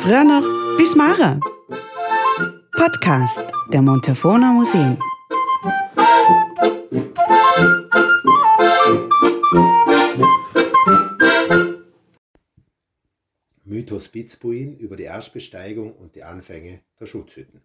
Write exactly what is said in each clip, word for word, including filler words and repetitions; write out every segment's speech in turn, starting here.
früher noch bis Mara. Podcast der Montafona Museen. Mythos Pitzbuin über die Erstbesteigung und die Anfänge der Schutzhütten.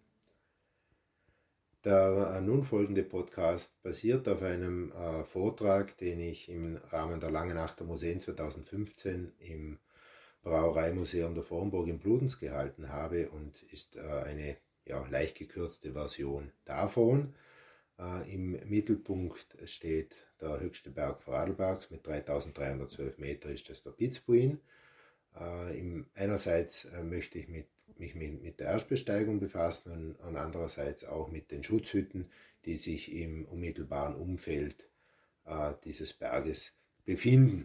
Der nun folgende Podcast basiert auf einem äh, Vortrag, den ich im Rahmen der Lange Nacht der Museen zweitausendfünfzehn im Brauereimuseum der Vormburg in Bludenz gehalten habe und ist äh, eine ja, leicht gekürzte Version davon. Äh, Im Mittelpunkt steht der höchste Berg Vorarlbergs mit dreitausenddreihundertzwölf Meter, ist das der Pitzbuin. Äh, im, einerseits äh, möchte ich mit, mich mit, mit der Erstbesteigung befassen und, und andererseits auch mit den Schutzhütten, die sich im unmittelbaren Umfeld äh, dieses Berges befinden.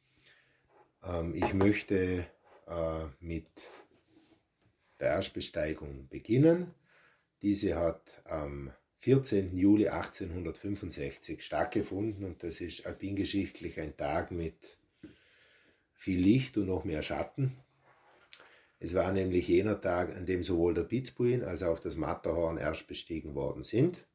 Ähm, ich möchte äh, mit der Erstbesteigung beginnen. Diese hat am vierzehnten Juli achtzehnhundertfünfundsechzig stattgefunden und das ist alpingeschichtlich ein Tag mit viel Licht und noch mehr Schatten. Es war nämlich jener Tag, an dem sowohl der Pitzbuin als auch das Matterhorn erst bestiegen worden sind.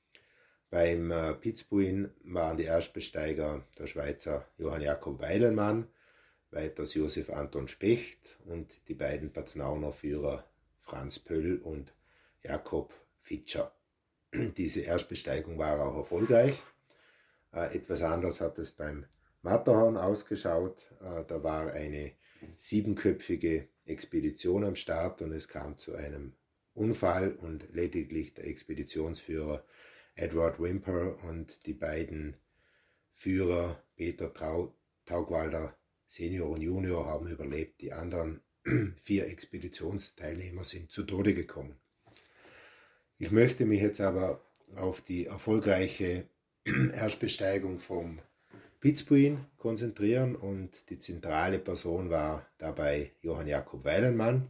Beim äh, Pitzbuin waren die Erstbesteiger der Schweizer Johann Jakob Weilenmann, weiters Josef Anton Specht und die beiden Paznauner Führer Franz Pöll und Jakob Fitscher. Diese Erstbesteigung war auch erfolgreich. Äh, etwas anders hat es beim Matterhorn ausgeschaut. Äh, da war eine siebenköpfige Expedition am Start und es kam zu einem Unfall und lediglich der Expeditionsführer Edward Whymper und die beiden Führer Peter Trau- Taugwalder Senior und Junior haben überlebt. Die anderen vier Expeditionsteilnehmer sind zu Tode gekommen. Ich möchte mich jetzt aber auf die erfolgreiche Erstbesteigung vom Pitzbuin konzentrieren und die zentrale Person war dabei Johann Jakob Weilenmann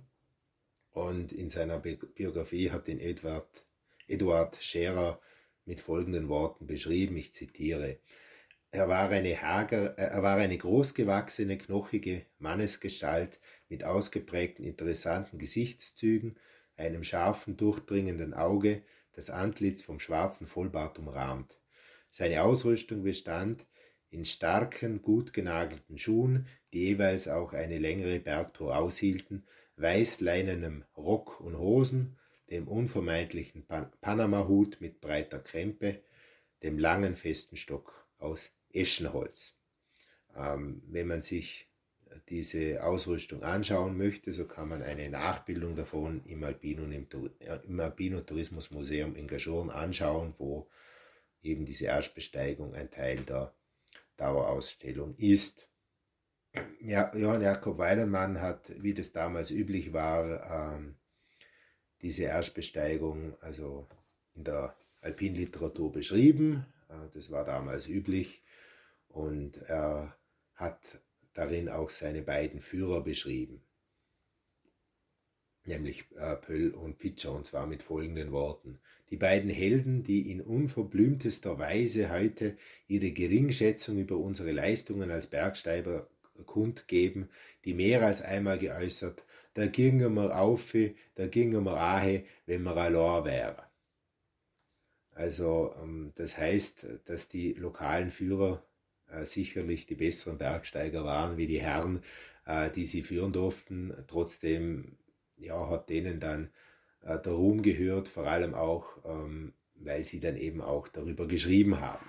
und in seiner Biografie hat ihn Eduard, Eduard Scherer mit folgenden Worten beschrieben, ich zitiere: Er war eine hager, er war eine großgewachsene, knochige Mannesgestalt mit ausgeprägten, interessanten Gesichtszügen, einem scharfen, durchdringenden Auge, das Antlitz vom schwarzen Vollbart umrahmt. Seine Ausrüstung bestand in starken, gut genagelten Schuhen, die jeweils auch eine längere Bergtour aushielten, weißleinenem Rock und Hosen, dem unvermeidlichen Pan- Panama-Hut mit breiter Krempe, dem langen festen Stock aus Eschenholz. Ähm, wenn man sich diese Ausrüstung anschauen möchte, so kann man eine Nachbildung davon im Alpin- und im, äh, im Alpin- und Tourismusmuseum in Gaschurn anschauen, wo eben diese Erstbesteigung ein Teil der Dauerausstellung ist. Ja, Johann Jakob Weilenmann hat, wie das damals üblich war, ähm, diese Erstbesteigung also in der Alpinliteratur beschrieben. Äh, das war damals üblich und er hat darin auch seine beiden Führer beschrieben, nämlich äh, Pöll und Fitscher, und zwar mit folgenden Worten: Die beiden Helden, die in unverblümtester Weise heute ihre Geringschätzung über unsere Leistungen als Bergsteiger kundgeben, die mehr als einmal geäußert, da gingen wir auf, da gingen wir ahe, wenn wir allein wären. Also ähm, das heißt, dass die lokalen Führer äh, sicherlich die besseren Bergsteiger waren wie die Herren, äh, die sie führen durften. Trotzdem ja, hat denen dann äh, der Ruhm gehört, vor allem auch, ähm, weil sie dann eben auch darüber geschrieben haben.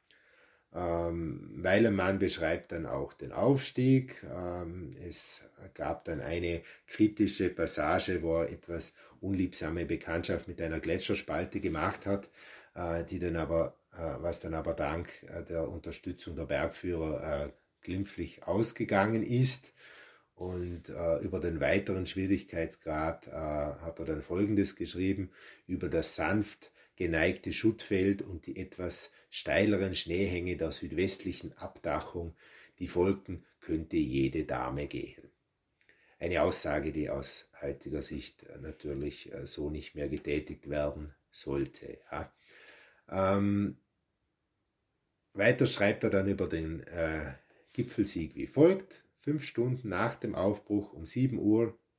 Ähm, Weilenmann beschreibt dann auch den Aufstieg. Ähm, es gab dann eine kritische Passage, wo er etwas unliebsame Bekanntschaft mit einer Gletscherspalte gemacht hat, äh, die dann aber, äh, was dann aber dank äh, der Unterstützung der Bergführer äh, glimpflich ausgegangen ist. Und äh, über den weiteren Schwierigkeitsgrad äh, hat er dann Folgendes geschrieben: Über das sanft geneigte Schuttfeld und die etwas steileren Schneehänge der südwestlichen Abdachung, die folgten, könnte jede Dame gehen. Eine Aussage, die aus heutiger Sicht natürlich äh, so nicht mehr getätigt werden sollte. Ja. Ähm, weiter schreibt er dann über den äh, Gipfelsieg wie folgt: Fünf Stunden nach dem Aufbruch um sieben Uhr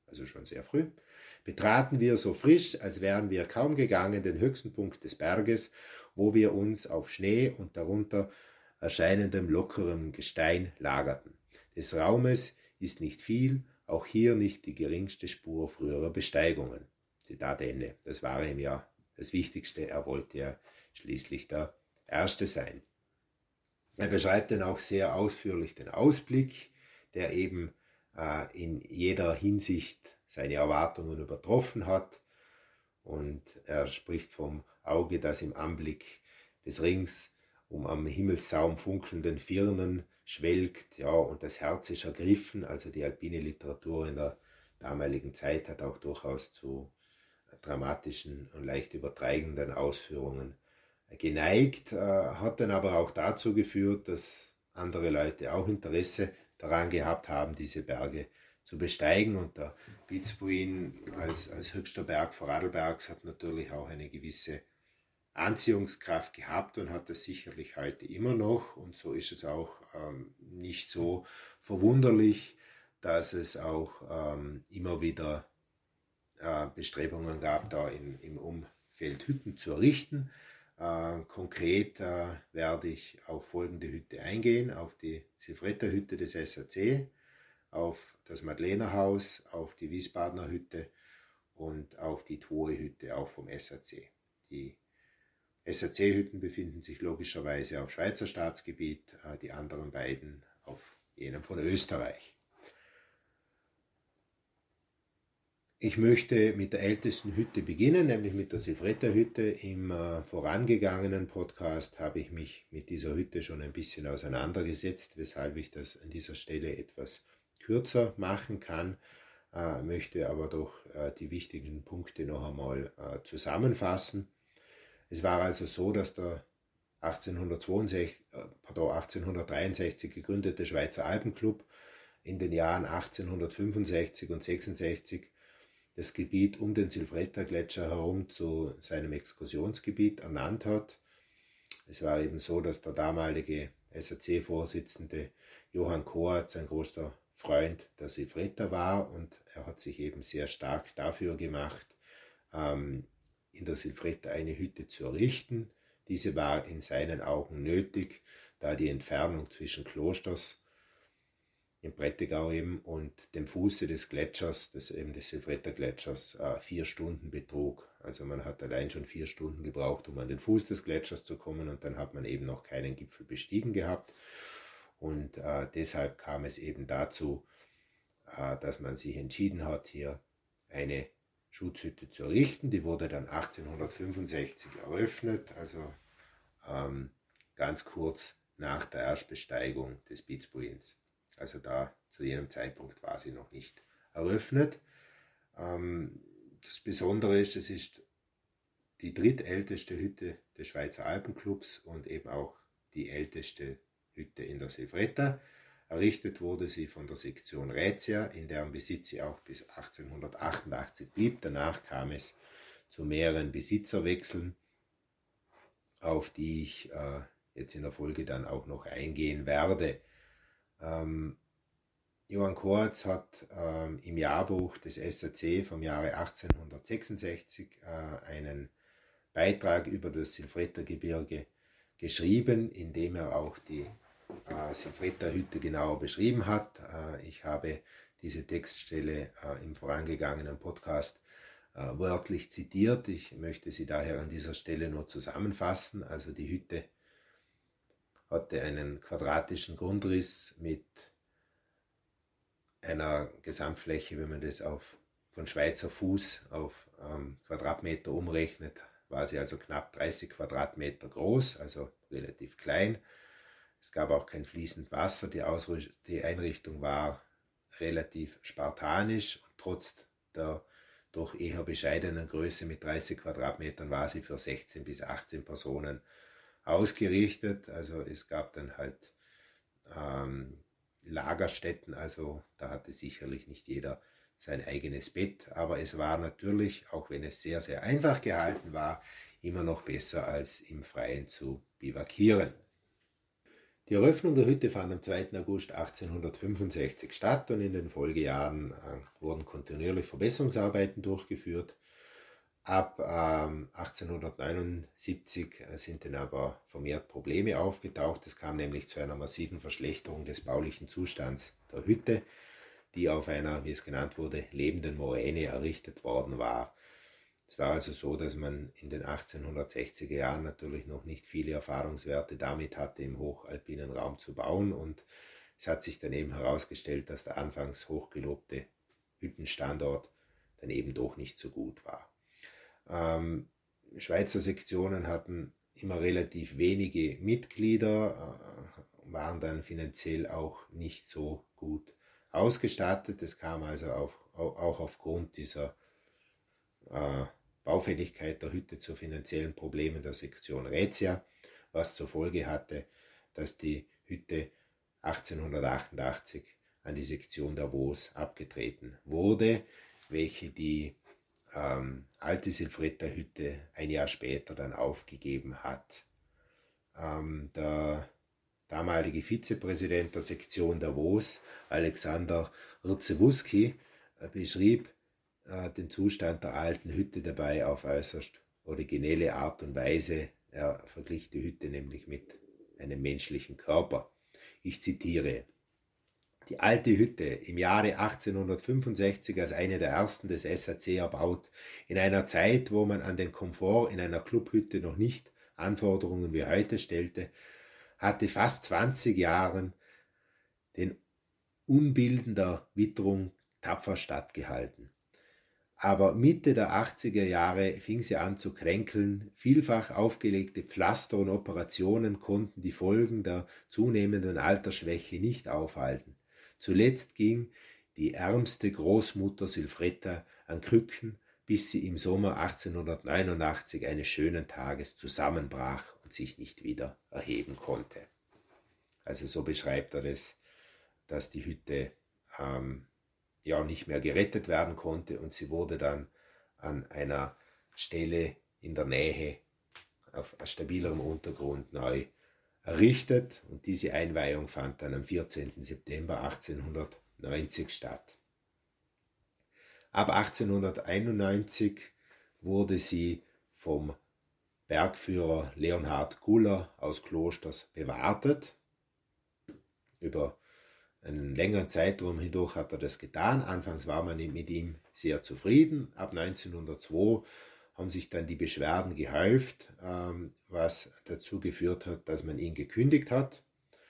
also schon sehr früh, betraten wir so frisch, als wären wir kaum gegangen, den höchsten Punkt des Berges, wo wir uns auf Schnee und darunter erscheinendem lockerem Gestein lagerten. Des Raumes ist nicht viel, auch hier nicht die geringste Spur früherer Besteigungen. Zitat Ende. Das war ihm ja das Wichtigste, er wollte ja schließlich der Erste sein. Er beschreibt dann auch sehr ausführlich den Ausblick, der eben äh, in jeder Hinsicht seine Erwartungen übertroffen hat. Und er spricht vom Auge, das im Anblick des rings um am Himmelssaum funkelnden Firnen schwelgt, ja, und das Herz ist ergriffen. Also die alpine Literatur in der damaligen Zeit hat auch durchaus zu dramatischen und leicht übertreibenden Ausführungen geneigt, äh, hat dann aber auch dazu geführt, dass andere Leute auch Interesse daran gehabt haben, diese Berge zu besteigen. Und der Vitzbuin als, als höchster Berg Vorarlbergs hat natürlich auch eine gewisse Anziehungskraft gehabt und hat das sicherlich heute immer noch. Und so ist es auch ähm, nicht so verwunderlich, dass es auch ähm, immer wieder äh, Bestrebungen gab, da in, im Umfeld Hütten zu errichten. Äh, konkret äh, werde ich auf folgende Hütte eingehen: auf die Silvretta-Hütte des S A C, auf das Madlenerhaus, auf die Wiesbadener Hütte und auf die Twoe-Hütte, auch vom S A C. Die S A C-Hütten befinden sich logischerweise auf Schweizer Staatsgebiet, äh, die anderen beiden auf jenem von Österreich. Ich möchte mit der ältesten Hütte beginnen, nämlich mit der Silvretta-Hütte. Im äh, vorangegangenen Podcast habe ich mich mit dieser Hütte schon ein bisschen auseinandergesetzt, weshalb ich das an dieser Stelle etwas kürzer machen kann, äh, möchte aber doch äh, die wichtigen Punkte noch einmal äh, zusammenfassen. Es war also so, dass der achtzehnhundertzweiundsechzig, äh, pardon, achtzehnhundertdreiundsechzig gegründete Schweizer Alpenclub in den Jahren achtzehnhundertfünfundsechzig und sechsundsechzig das Gebiet um den Silvretta-Gletscher herum zu seinem Exkursionsgebiet ernannt hat. Es war eben so, dass der damalige S A C-Vorsitzende Johann Koatz ein großer Freund der Silvretta war und er hat sich eben sehr stark dafür gemacht, ähm, in der Silvretta eine Hütte zu errichten. Diese war in seinen Augen nötig, da die Entfernung zwischen Klosters im Prättigau eben und dem Fuße des Gletschers, des, eben des Silvretta-Gletschers, äh, vier Stunden betrug. Also man hat allein schon vier Stunden gebraucht, um an den Fuß des Gletschers zu kommen und dann hat man eben noch keinen Gipfel bestiegen gehabt. Und äh, deshalb kam es eben dazu, äh, dass man sich entschieden hat, hier eine Schutzhütte zu errichten. Die wurde dann achtzehnhundertfünfundsechzig eröffnet, also ähm, ganz kurz nach der Erstbesteigung des Vitzbuins. Also da zu jenem Zeitpunkt war sie noch nicht eröffnet. Ähm, das Besondere ist, es ist die drittälteste Hütte des Schweizer Alpenclubs und eben auch die älteste Hütte in der Silvretta. Errichtet wurde sie von der Sektion Raetia, in deren Besitz sie auch bis achtzehnhundertachtundachtzig blieb. Danach kam es zu mehreren Besitzerwechseln, auf die ich äh, jetzt in der Folge dann auch noch eingehen werde. Ähm, Johann Koatz hat ähm, im Jahrbuch des S A C vom Jahre achtzehnhundertsechsundsechzig äh, einen Beitrag über das Silvretta-Gebirge geschrieben, in dem er auch die äh, Silvretta-Hütte genauer beschrieben hat. Äh, ich habe diese Textstelle äh, im vorangegangenen Podcast äh, wörtlich zitiert. Ich möchte sie daher an dieser Stelle nur zusammenfassen. Also die Hütte hatte einen quadratischen Grundriss mit einer Gesamtfläche, wenn man das auf, von Schweizer Fuß auf ähm, Quadratmeter umrechnet, war sie also knapp dreißig Quadratmeter groß, also relativ klein. Es gab auch kein fließend Wasser, die, Ausrüst- die Einrichtung war relativ spartanisch und trotz der doch eher bescheidenen Größe mit dreißig Quadratmetern war sie für sechzehn bis achtzehn Personen ausgerichtet. Also es gab dann halt ähm, Lagerstätten, also da hatte sicherlich nicht jeder sein eigenes Bett, aber es war natürlich, auch wenn es sehr, sehr einfach gehalten war, immer noch besser als im Freien zu bivakieren. Die Eröffnung der Hütte fand am zweiten August achtzehnhundertfünfundsechzig statt und in den Folgejahren äh, wurden kontinuierlich Verbesserungsarbeiten durchgeführt. Ab ähm, achtzehnhundertneunundsiebzig sind dann aber vermehrt Probleme aufgetaucht. Es kam nämlich zu einer massiven Verschlechterung des baulichen Zustands der Hütte, die auf einer, wie es genannt wurde, lebenden Moräne errichtet worden war. Es war also so, dass man in den achtzehnhundertsechziger Jahren natürlich noch nicht viele Erfahrungswerte damit hatte, im hochalpinen Raum zu bauen, und es hat sich dann eben herausgestellt, dass der anfangs hochgelobte Hüttenstandort dann eben doch nicht so gut war. Ähm, Schweizer Sektionen hatten immer relativ wenige Mitglieder, äh, waren dann finanziell auch nicht so gut ausgestattet. Es kam also auf, auch aufgrund dieser äh, Baufälligkeit der Hütte zu finanziellen Problemen der Sektion Raetia, was zur Folge hatte, dass die Hütte achtzehnhundertachtundachtzig an die Sektion Davos abgetreten wurde, welche die ähm, alte Silvretta-Hütte ein Jahr später dann aufgegeben hat. Ähm, der damalige Vizepräsident der Sektion Davos, Alexander Rdzewuski, äh, beschrieb den Zustand der alten Hütte dabei auf äußerst originelle Art und Weise. Er verglich die Hütte nämlich mit einem menschlichen Körper. Ich zitiere: Die alte Hütte, im Jahre achtzehnhundertfünfundsechzig als eine der ersten des S A C erbaut, in einer Zeit, wo man an den Komfort in einer Clubhütte noch nicht Anforderungen wie heute stellte, hatte fast zwanzig Jahren den Unbilden der Witterung tapfer stattgehalten. Aber Mitte der achtziger Jahre fing sie an zu kränkeln. Vielfach aufgelegte Pflaster und Operationen konnten die Folgen der zunehmenden Altersschwäche nicht aufhalten. Zuletzt ging die ärmste Großmutter Silvretta an Krücken, bis sie im Sommer achtzehnhundertneunundachtzig eines schönen Tages zusammenbrach und sich nicht wieder erheben konnte. Also so beschreibt er das, dass die Hütte ähm, ja nicht mehr gerettet werden konnte, und sie wurde dann an einer Stelle in der Nähe auf stabilerem Untergrund neu errichtet, und diese Einweihung fand dann am vierzehnten September achtzehnhundertneunzig statt. Ab achtzehnhunderteinundneunzig wurde sie vom Bergführer Leonhard Guller aus Klosters bewartet. Über einen längeren Zeitraum hindurch hat er das getan. Anfangs war man mit ihm sehr zufrieden. Ab neunzehnhundertzwei haben sich dann die Beschwerden gehäuft, was dazu geführt hat, dass man ihn gekündigt hat.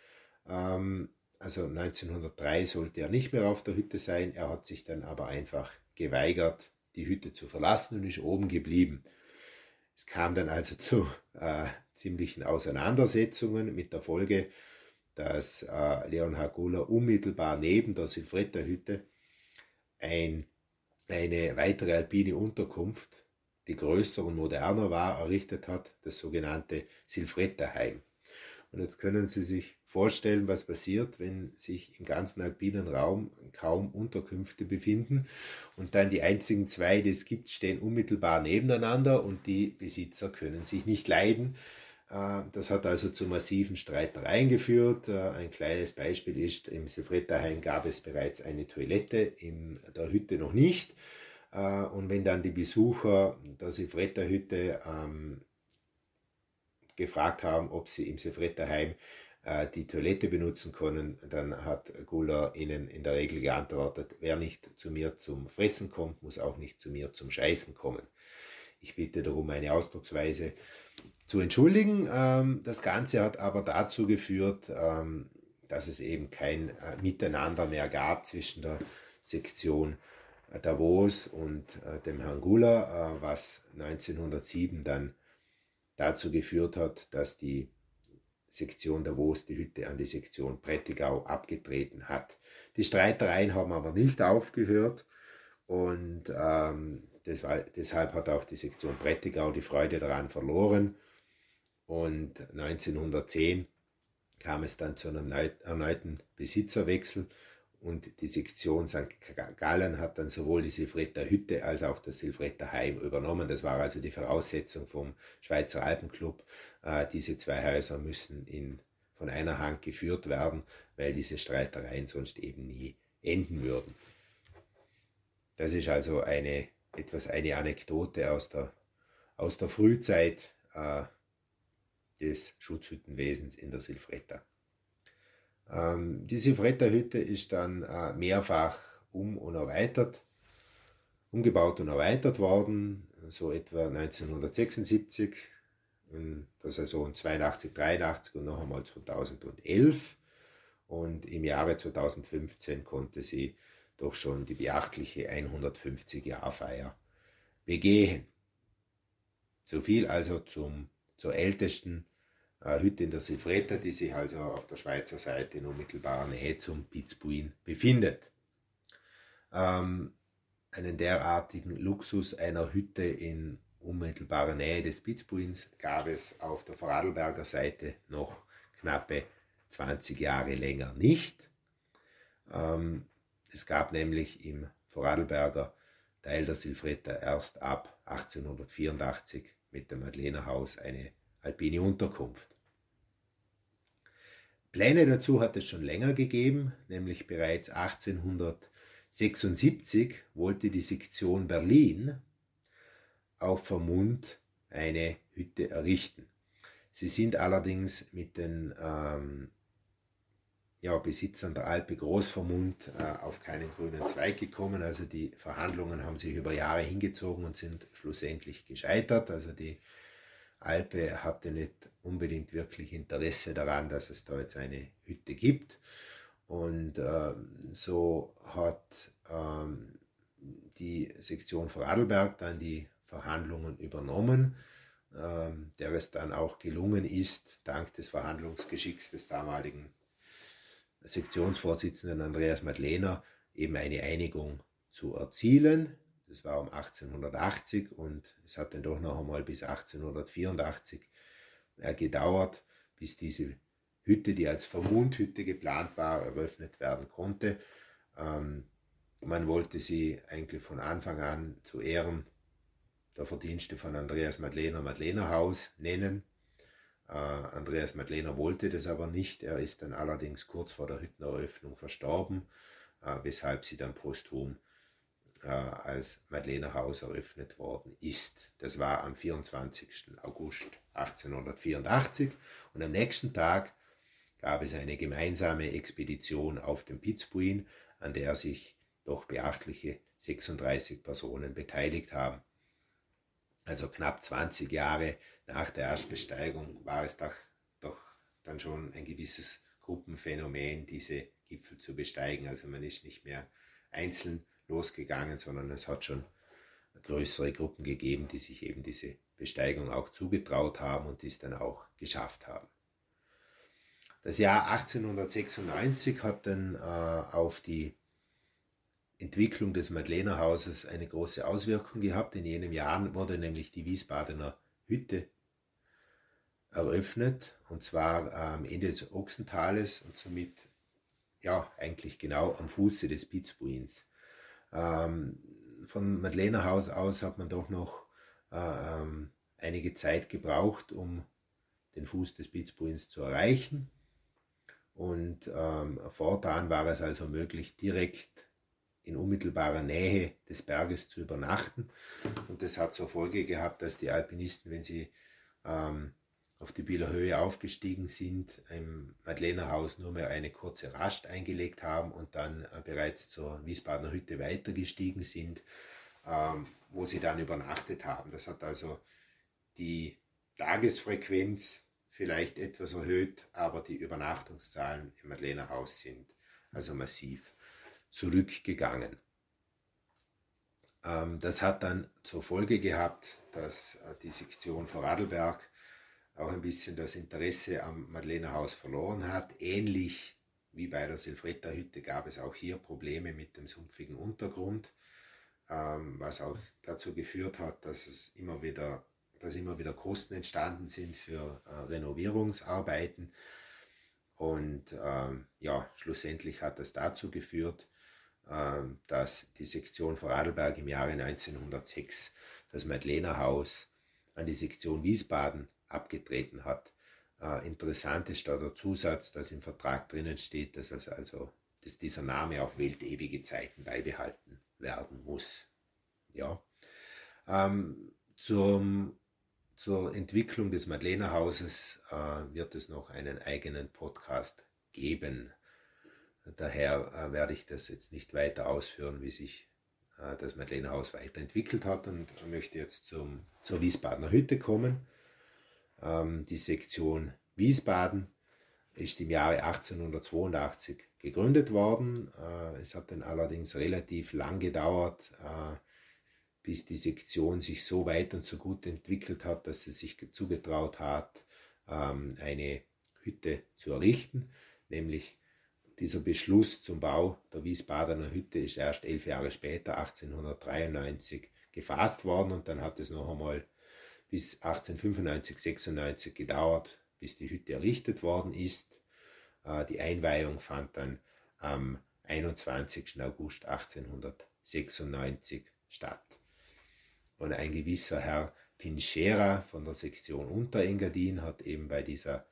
Also neunzehnhundertdrei sollte er nicht mehr auf der Hütte sein. Er hat sich dann aber einfach geweigert, die Hütte zu verlassen, und ist oben geblieben. Es kam dann also zu äh, ziemlichen Auseinandersetzungen mit der Folge, dass äh, Leonhard Guller unmittelbar neben der Silvretta-Hütte ein, eine weitere alpine Unterkunft, die größer und moderner war, errichtet hat, das sogenannte Silvretta-Heim. Und jetzt können Sie sich vorstellen, was passiert, wenn sich im ganzen alpinen Raum kaum Unterkünfte befinden und dann die einzigen zwei, die es gibt, stehen unmittelbar nebeneinander und die Besitzer können sich nicht leiden. Das hat also zu massiven Streitereien geführt. Ein kleines Beispiel ist, im Silvretta-Heim gab es bereits eine Toilette, in der Hütte noch nicht. Und wenn dann die Besucher der Silvretta-Hütte ähm, gefragt haben, ob sie im Silvretta-Heim äh, die Toilette benutzen können, dann hat Guller ihnen in der Regel geantwortet: Wer nicht zu mir zum Fressen kommt, muss auch nicht zu mir zum Scheißen kommen. Ich bitte darum, meine Ausdrucksweise zu entschuldigen. Ähm, das Ganze hat aber dazu geführt, ähm, dass es eben kein äh, Miteinander mehr gab zwischen der Sektion äh, Davos und äh, dem Herrn Guller, äh, was neunzehnhundertsieben dann dazu geführt hat, dass die Sektion Davos die Hütte an die Sektion Prättigau abgetreten hat. Die Streitereien haben aber nicht aufgehört, und ähm, das war, deshalb hat auch die Sektion Prättigau die Freude daran verloren, und neunzehnhundertzehn kam es dann zu einem erneuten Besitzerwechsel, und die Sektion Sankt Gallen hat dann sowohl die Silvretta-Hütte als auch das Silvretta-Heim übernommen. Das war also die Voraussetzung vom Schweizer Alpenclub. Äh, diese zwei Häuser müssen in von einer Hand geführt werden, weil diese Streitereien sonst eben nie enden würden. Das ist also eine, etwas eine Anekdote aus der, aus der Frühzeit äh, des Schutzhüttenwesens in der Silvretta. Ähm, die Silvretta-Hütte ist dann äh, mehrfach um- und erweitert, umgebaut und erweitert worden, so etwa neunzehnhundertsechsundsiebzig, in der Saison zweiundachtzig, dreiundachtzig und noch einmal zweitausendelf. Und im Jahre zweitausendfünfzehn konnte sie doch schon die beachtliche hundertfünfzig-Jahr-Feier begehen. So viel also zum, zur ältesten äh, Hütte in der Silvretta, die sich also auf der Schweizer Seite in unmittelbarer Nähe zum Pitzbuin befindet. Ähm, einen derartigen Luxus einer Hütte in unmittelbarer Nähe des Pitzbuins gab es auf der Vorarlberger Seite noch knappe zwanzig Jahre länger nicht. Ähm, es gab nämlich im Vorarlberger Teil der Silvretta erst ab achtzehnhundertvierundachtzig mit dem Madlenerhaus eine alpine Unterkunft. Pläne dazu hat es schon länger gegeben, nämlich bereits achtzehnhundertsechsundsiebzig wollte die Sektion Berlin auf Vermund eine Hütte errichten. Sie sind allerdings mit den ähm, ja, Besitzern der Alpe Großvermund äh, auf keinen grünen Zweig gekommen. Also die Verhandlungen haben sich über Jahre hingezogen und sind schlussendlich gescheitert. Also die Alpe hatte nicht unbedingt wirklich Interesse daran, dass es da jetzt eine Hütte gibt. Und äh, so hat ähm, die Sektion Vorarlberg dann die Verhandlungen übernommen, ähm, der es dann auch gelungen ist, dank des Verhandlungsgeschicks des damaligen Sektionsvorsitzenden Andreas Madlener, eben eine Einigung zu erzielen. Das war um achtzehnhundertachtzig und es hat dann doch noch einmal bis achtzehnhundertvierundachtzig äh, gedauert, bis diese Hütte, die als Vermundhütte geplant war, eröffnet werden konnte. Ähm, man wollte sie eigentlich von Anfang an zu Ehren der Verdienste von Andreas Madlener Madlenerhaus nennen. Äh, Andreas Madlener wollte das aber nicht. Er ist dann allerdings kurz vor der Hütteneröffnung verstorben, äh, weshalb sie dann posthum äh, als Madlenerhaus eröffnet worden ist. Das war am vierundzwanzigsten August achtzehnhundertvierundachtzig und am nächsten Tag gab es eine gemeinsame Expedition auf den Pitzbuin, an der sich doch beachtliche sechsunddreißig Personen beteiligt haben. Also knapp zwanzig Jahre nach der Erstbesteigung war es doch, doch dann schon ein gewisses Gruppenphänomen, diese Gipfel zu besteigen. Also man ist nicht mehr einzeln losgegangen, sondern es hat schon größere Gruppen gegeben, die sich eben diese Besteigung auch zugetraut haben und dies dann auch geschafft haben. Das Jahr achtzehnhundertsechsundneunzig hat dann äh, auf die Entwicklung des Madlenerhauses eine große Auswirkung gehabt. In jenem Jahr wurde nämlich die Wiesbadener Hütte eröffnet, und zwar am Ende des Ochsentales und somit ja eigentlich genau am Fuße des Pitzbuins. Ähm, von Madlenerhaus aus hat man doch noch äh, ähm, einige Zeit gebraucht, um den Fuß des Pitzbuins zu erreichen. Und ähm, fortan war es also möglich, direkt in unmittelbarer Nähe des Berges zu übernachten. Und das hat zur Folge gehabt, dass die Alpinisten, wenn sie ähm, auf die Bieler Höhe aufgestiegen sind, im Madlenerhaus nur mehr eine kurze Rast eingelegt haben und dann äh, bereits zur Wiesbadener Hütte weitergestiegen sind, ähm, wo sie dann übernachtet haben. Das hat also die Tagesfrequenz vielleicht etwas erhöht, aber die Übernachtungszahlen im Madlenerhaus sind also massiv zurückgegangen. Ähm, das hat dann zur Folge gehabt, dass äh, die Sektion Vorarlberg auch ein bisschen das Interesse am Madlenerhaus verloren hat. Ähnlich wie bei der Silvretta-Hütte gab es auch hier Probleme mit dem sumpfigen Untergrund, ähm, was auch dazu geführt hat, dass es immer wieder, dass immer wieder Kosten entstanden sind für äh, Renovierungsarbeiten. Und ähm, ja, schlussendlich hat das dazu geführt, ähm, dass die Sektion Vorarlberg im Jahre neunzehnhundertsechs das Madlenerhaus an die Sektion Wiesbaden abgetreten hat. Äh, interessant ist da der Zusatz, dass im Vertrag drinnen steht, dass, also, also, dass dieser Name auf weltewige Zeiten beibehalten werden muss. Ja. Ähm, zum, zur Entwicklung des Madlenerhauses äh, wird es noch einen eigenen Podcast geben. Daher äh, werde ich das jetzt nicht weiter ausführen, wie sich äh, das Madlenerhaus weiterentwickelt hat, und möchte jetzt zum, zur Wiesbadener Hütte kommen. Ähm, die Sektion Wiesbaden ist im Jahre achtzehnhundertzweiundachtzig gegründet worden. Äh, es hat dann allerdings relativ lang gedauert, äh, bis die Sektion sich so weit und so gut entwickelt hat, dass sie sich zugetraut hat, ähm, eine Hütte zu errichten. Nämlich dieser Beschluss zum Bau der Wiesbadener Hütte ist erst elf Jahre später, achtzehnhundertdreiundneunzig, gefasst worden, und dann hat es noch einmal bis achtzehnhundertfünfundneunzig, sechsundneunzig gedauert, bis die Hütte errichtet worden ist. Die Einweihung fand dann am einundzwanzigsten August achtzehnhundertsechsundneunzig statt. Und ein gewisser Herr Pinchera von der Sektion Unterengadin hat eben bei dieser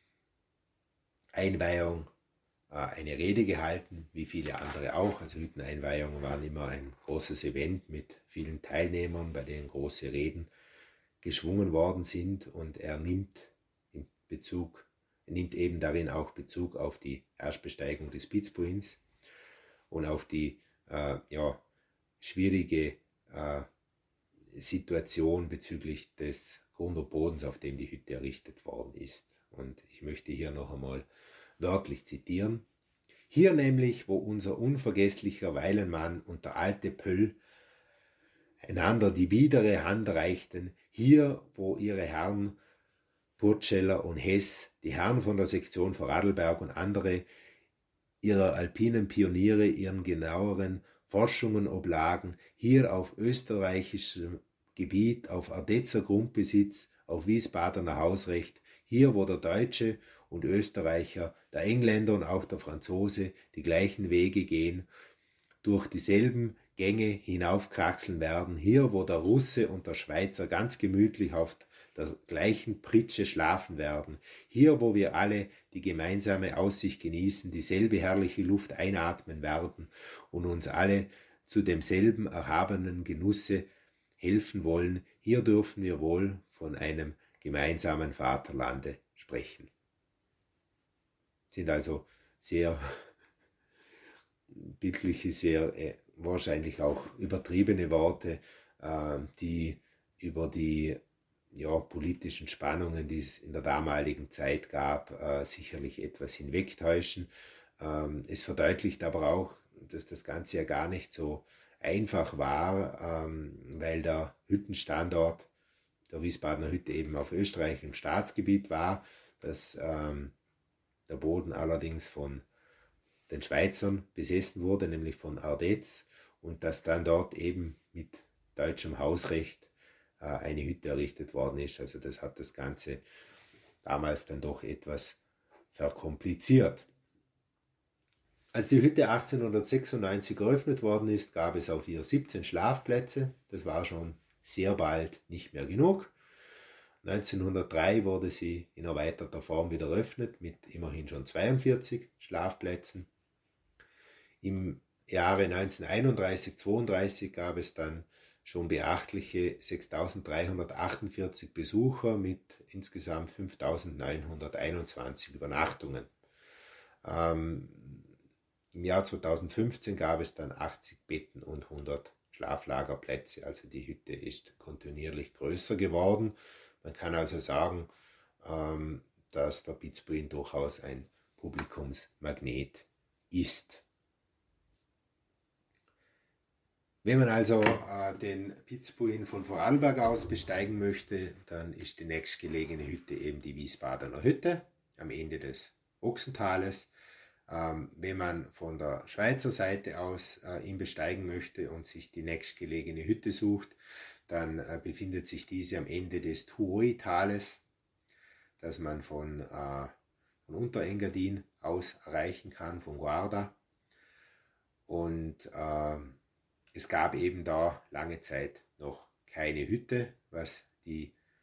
Einweihung eine Rede gehalten, wie viele andere auch. Also Hütteneinweihungen waren immer ein großes Event mit vielen Teilnehmern, bei denen große Reden geschwungen worden sind, und er nimmt in Bezug, er nimmt eben darin auch Bezug auf die Erstbesteigung des Pitzbuins und auf die äh, ja, schwierige äh, Situation bezüglich des Grund und Bodens, auf dem die Hütte errichtet worden ist. Und ich möchte hier noch einmal wörtlich zitieren. Hier nämlich, wo unser unvergesslicher Weilenmann und der alte Pöll einander die biedere Hand reichten, hier, wo ihre Herren Burtscheller und Hess, die Herren von der Sektion Vorarlberg und andere ihrer alpinen Pioniere ihren genaueren Forschungen oblagen, hier auf österreichischem Gebiet, auf Ardetzer Grundbesitz, auf Wiesbadener Hausrecht, hier, wo der Deutsche und Österreicher, der Engländer und auch der Franzose die gleichen Wege gehen, durch dieselben Gänge hinaufkraxeln werden, hier, wo der Russe und der Schweizer ganz gemütlich auf der gleichen Pritsche schlafen werden, hier, wo wir alle die gemeinsame Aussicht genießen, dieselbe herrliche Luft einatmen werden und uns alle zu demselben erhabenen Genusse helfen wollen, hier dürfen wir wohl von einem gemeinsamen Vaterlande sprechen. Sind also sehr bildliche, sehr äh, wahrscheinlich auch übertriebene Worte, äh, die über die ja, politischen Spannungen, die es in der damaligen Zeit gab, äh, sicherlich etwas hinwegtäuschen. Ähm, es verdeutlicht aber auch, dass das Ganze ja gar nicht so einfach war, ähm, weil der Hüttenstandort der Wiesbadener Hütte eben auf österreichischem Staatsgebiet war, dass ähm, der Boden allerdings von den Schweizern besessen wurde, nämlich von Ardetz, und dass dann dort eben mit deutschem Hausrecht äh, eine Hütte errichtet worden ist. Also das hat das Ganze damals dann doch etwas verkompliziert. Als die Hütte achtzehnhundertsechsundneunzig eröffnet worden ist, gab es auf ihr siebzehn Schlafplätze. Das war schon sehr bald nicht mehr genug. neunzehnhundertdrei wurde sie in erweiterter Form wieder eröffnet mit immerhin schon zweiundvierzig Schlafplätzen. Im Jahre neunzehnhunderteinunddreißig zweiunddreißig gab es dann schon beachtliche sechstausenddreihundertachtundvierzig Besucher mit insgesamt fünftausendneunhunderteinundzwanzig Übernachtungen. Ähm, Im Jahr zweitausendfünfzehn gab es dann achtzig Betten und hundert Schlaflagerplätze, also die Hütte ist kontinuierlich größer geworden. Man kann also sagen, ähm, dass der Pitzbuin durchaus ein Publikumsmagnet ist. Wenn man also äh, den Pitzbuin von Vorarlberg aus besteigen möchte, dann ist die nächstgelegene Hütte eben die Wiesbadener Hütte am Ende des Ochsentales. Ähm, wenn man von der Schweizer Seite aus äh, ihn besteigen möchte und sich die nächstgelegene Hütte sucht, dann äh, befindet sich diese am Ende des Tuoi-Tales, das man von, äh, von Unterengadin aus erreichen kann, von Guarda. Und äh, es gab eben da lange Zeit noch keine Hütte, was die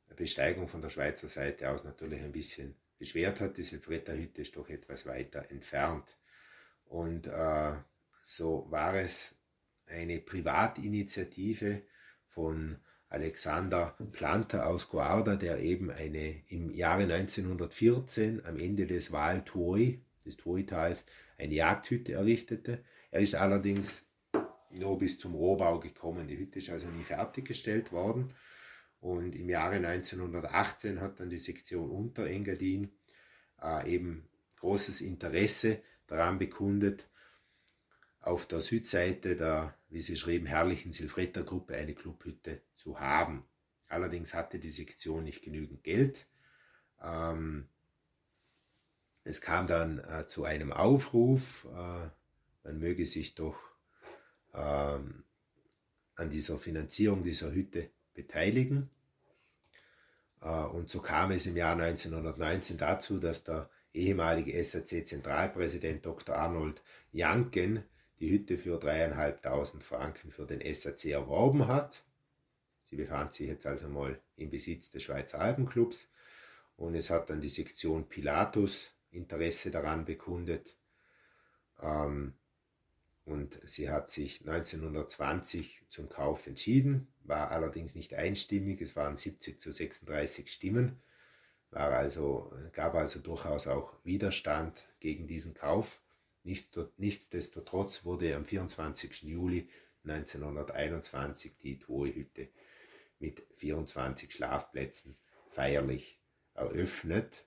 Besteigung von der Schweizer Seite aus natürlich ein bisschen beschwert hat. Die Silvretta-Hütte ist doch etwas weiter entfernt. Und äh, so war es eine Privatinitiative von Alexander Planta aus Guarda, der eben eine im Jahre neunzehnhundertvierzehn am Ende des Val Tuoi, des Tuoi-Tals, eine Jagdhütte errichtete. Er ist allerdings nur bis zum Rohbau gekommen. Die Hütte ist also nie fertiggestellt worden. Und im Jahre neunzehnhundertachtzehn hat dann die Sektion Unterengadin äh, eben großes Interesse daran bekundet, auf der Südseite der, wie sie schrieben, herrlichen Silvretta-Gruppe eine Clubhütte zu haben. Allerdings hatte die Sektion nicht genügend Geld. Ähm, es kam dann äh, zu einem Aufruf, äh, man möge sich doch ähm, an dieser Finanzierung dieser Hütte beteiligen. Äh, und so kam es im Jahr neunzehnhundertneunzehn dazu, dass der ehemalige S A C-Zentralpräsident Doktor Arnold Janken die Hütte für dreieinhalbtausend Franken für den S A C erworben hat. Sie befand sich jetzt also mal im Besitz des Schweizer Alpenclubs und es hat dann die Sektion Pilatus Interesse daran bekundet. Ähm, und sie hat sich neunzehnhundertzwanzig zum Kauf entschieden, war allerdings nicht einstimmig, es waren siebzig zu sechsunddreißig Stimmen, war also, gab also durchaus auch Widerstand gegen diesen Kauf. Nichtsdestotrotz wurde am vierundzwanzigsten Juli neunzehnhunderteinundzwanzig die Tuoi-Hütte mit vierundzwanzig Schlafplätzen feierlich eröffnet.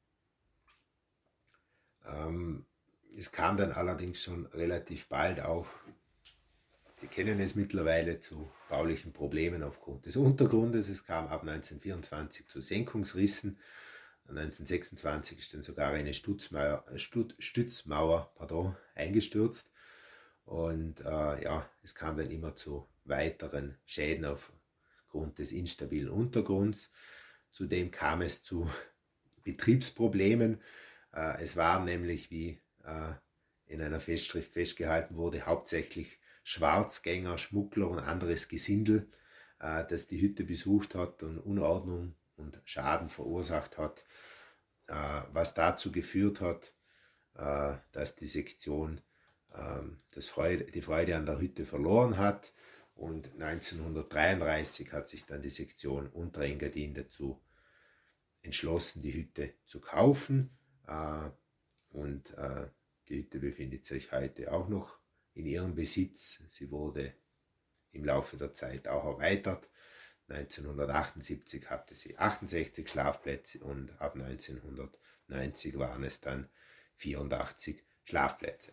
Ähm, es kam dann allerdings schon relativ bald auch, Sie kennen es mittlerweile, zu baulichen Problemen aufgrund des Untergrundes. Es kam ab neunzehnhundertvierundzwanzig zu Senkungsrissen. neunzehnhundertsechsundzwanzig ist dann sogar eine Stützmauer, Stützmauer pardon, eingestürzt. Und äh, ja, es kam dann immer zu weiteren Schäden aufgrund des instabilen Untergrunds. Zudem kam es zu Betriebsproblemen. Äh, es waren nämlich, wie äh, in einer Festschrift festgehalten wurde, hauptsächlich Schwarzgänger, Schmuggler und anderes Gesindel, äh, das die Hütte besucht hat und Unordnung und Schaden verursacht hat, äh, was dazu geführt hat, äh, dass die Sektion äh, das Freude, die Freude an der Hütte verloren hat. Und neunzehnhundertdreiunddreißig hat sich dann die Sektion Unterengadin dazu entschlossen, die Hütte zu kaufen. Äh, und äh, die Hütte befindet sich heute auch noch in ihrem Besitz. Sie wurde im Laufe der Zeit auch erweitert. neunzehnhundertachtundsiebzig hatte sie achtundsechzig Schlafplätze und ab neunzehnhundertneunzig waren es dann vierundachtzig Schlafplätze.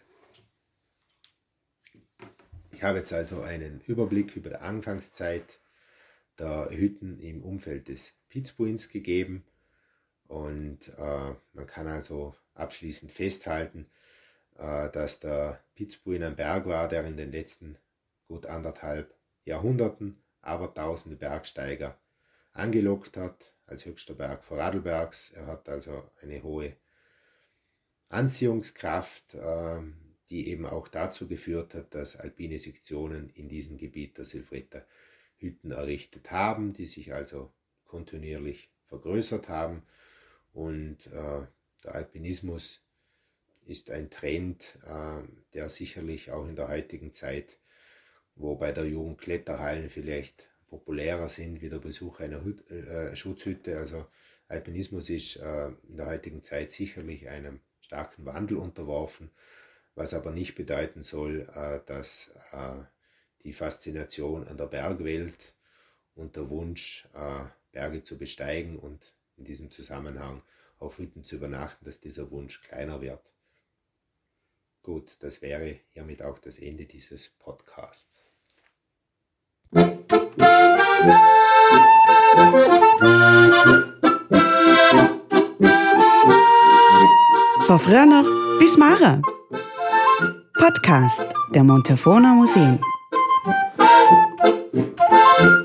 Ich habe jetzt also einen Überblick über die Anfangszeit der Hütten im Umfeld des Pitzbuins gegeben und äh, man kann also abschließend festhalten, äh, dass der Pitzbuin ein Berg war, der in den letzten gut anderthalb Jahrhunderten aber tausende Bergsteiger angelockt hat, als höchster Berg Vorarlbergs. Er hat also eine hohe Anziehungskraft, äh, die eben auch dazu geführt hat, dass alpine Sektionen in diesem Gebiet der Silvretta Hütten errichtet haben, die sich also kontinuierlich vergrößert haben. Und äh, der Alpinismus ist ein Trend, äh, der sicherlich auch in der heutigen Zeit, wo bei der Jugend Kletterhallen vielleicht populärer sind wie der Besuch einer Hüt- äh, Schutzhütte. Also Alpinismus ist äh, in der heutigen Zeit sicherlich einem starken Wandel unterworfen, was aber nicht bedeuten soll, äh, dass äh, die Faszination an der Bergwelt und der Wunsch, äh, Berge zu besteigen und in diesem Zusammenhang auf Hütten zu übernachten, dass dieser Wunsch kleiner wird. Gut, das wäre hiermit auch das Ende dieses Podcasts. Von früher bis morgen. Podcast der Montafona Museen.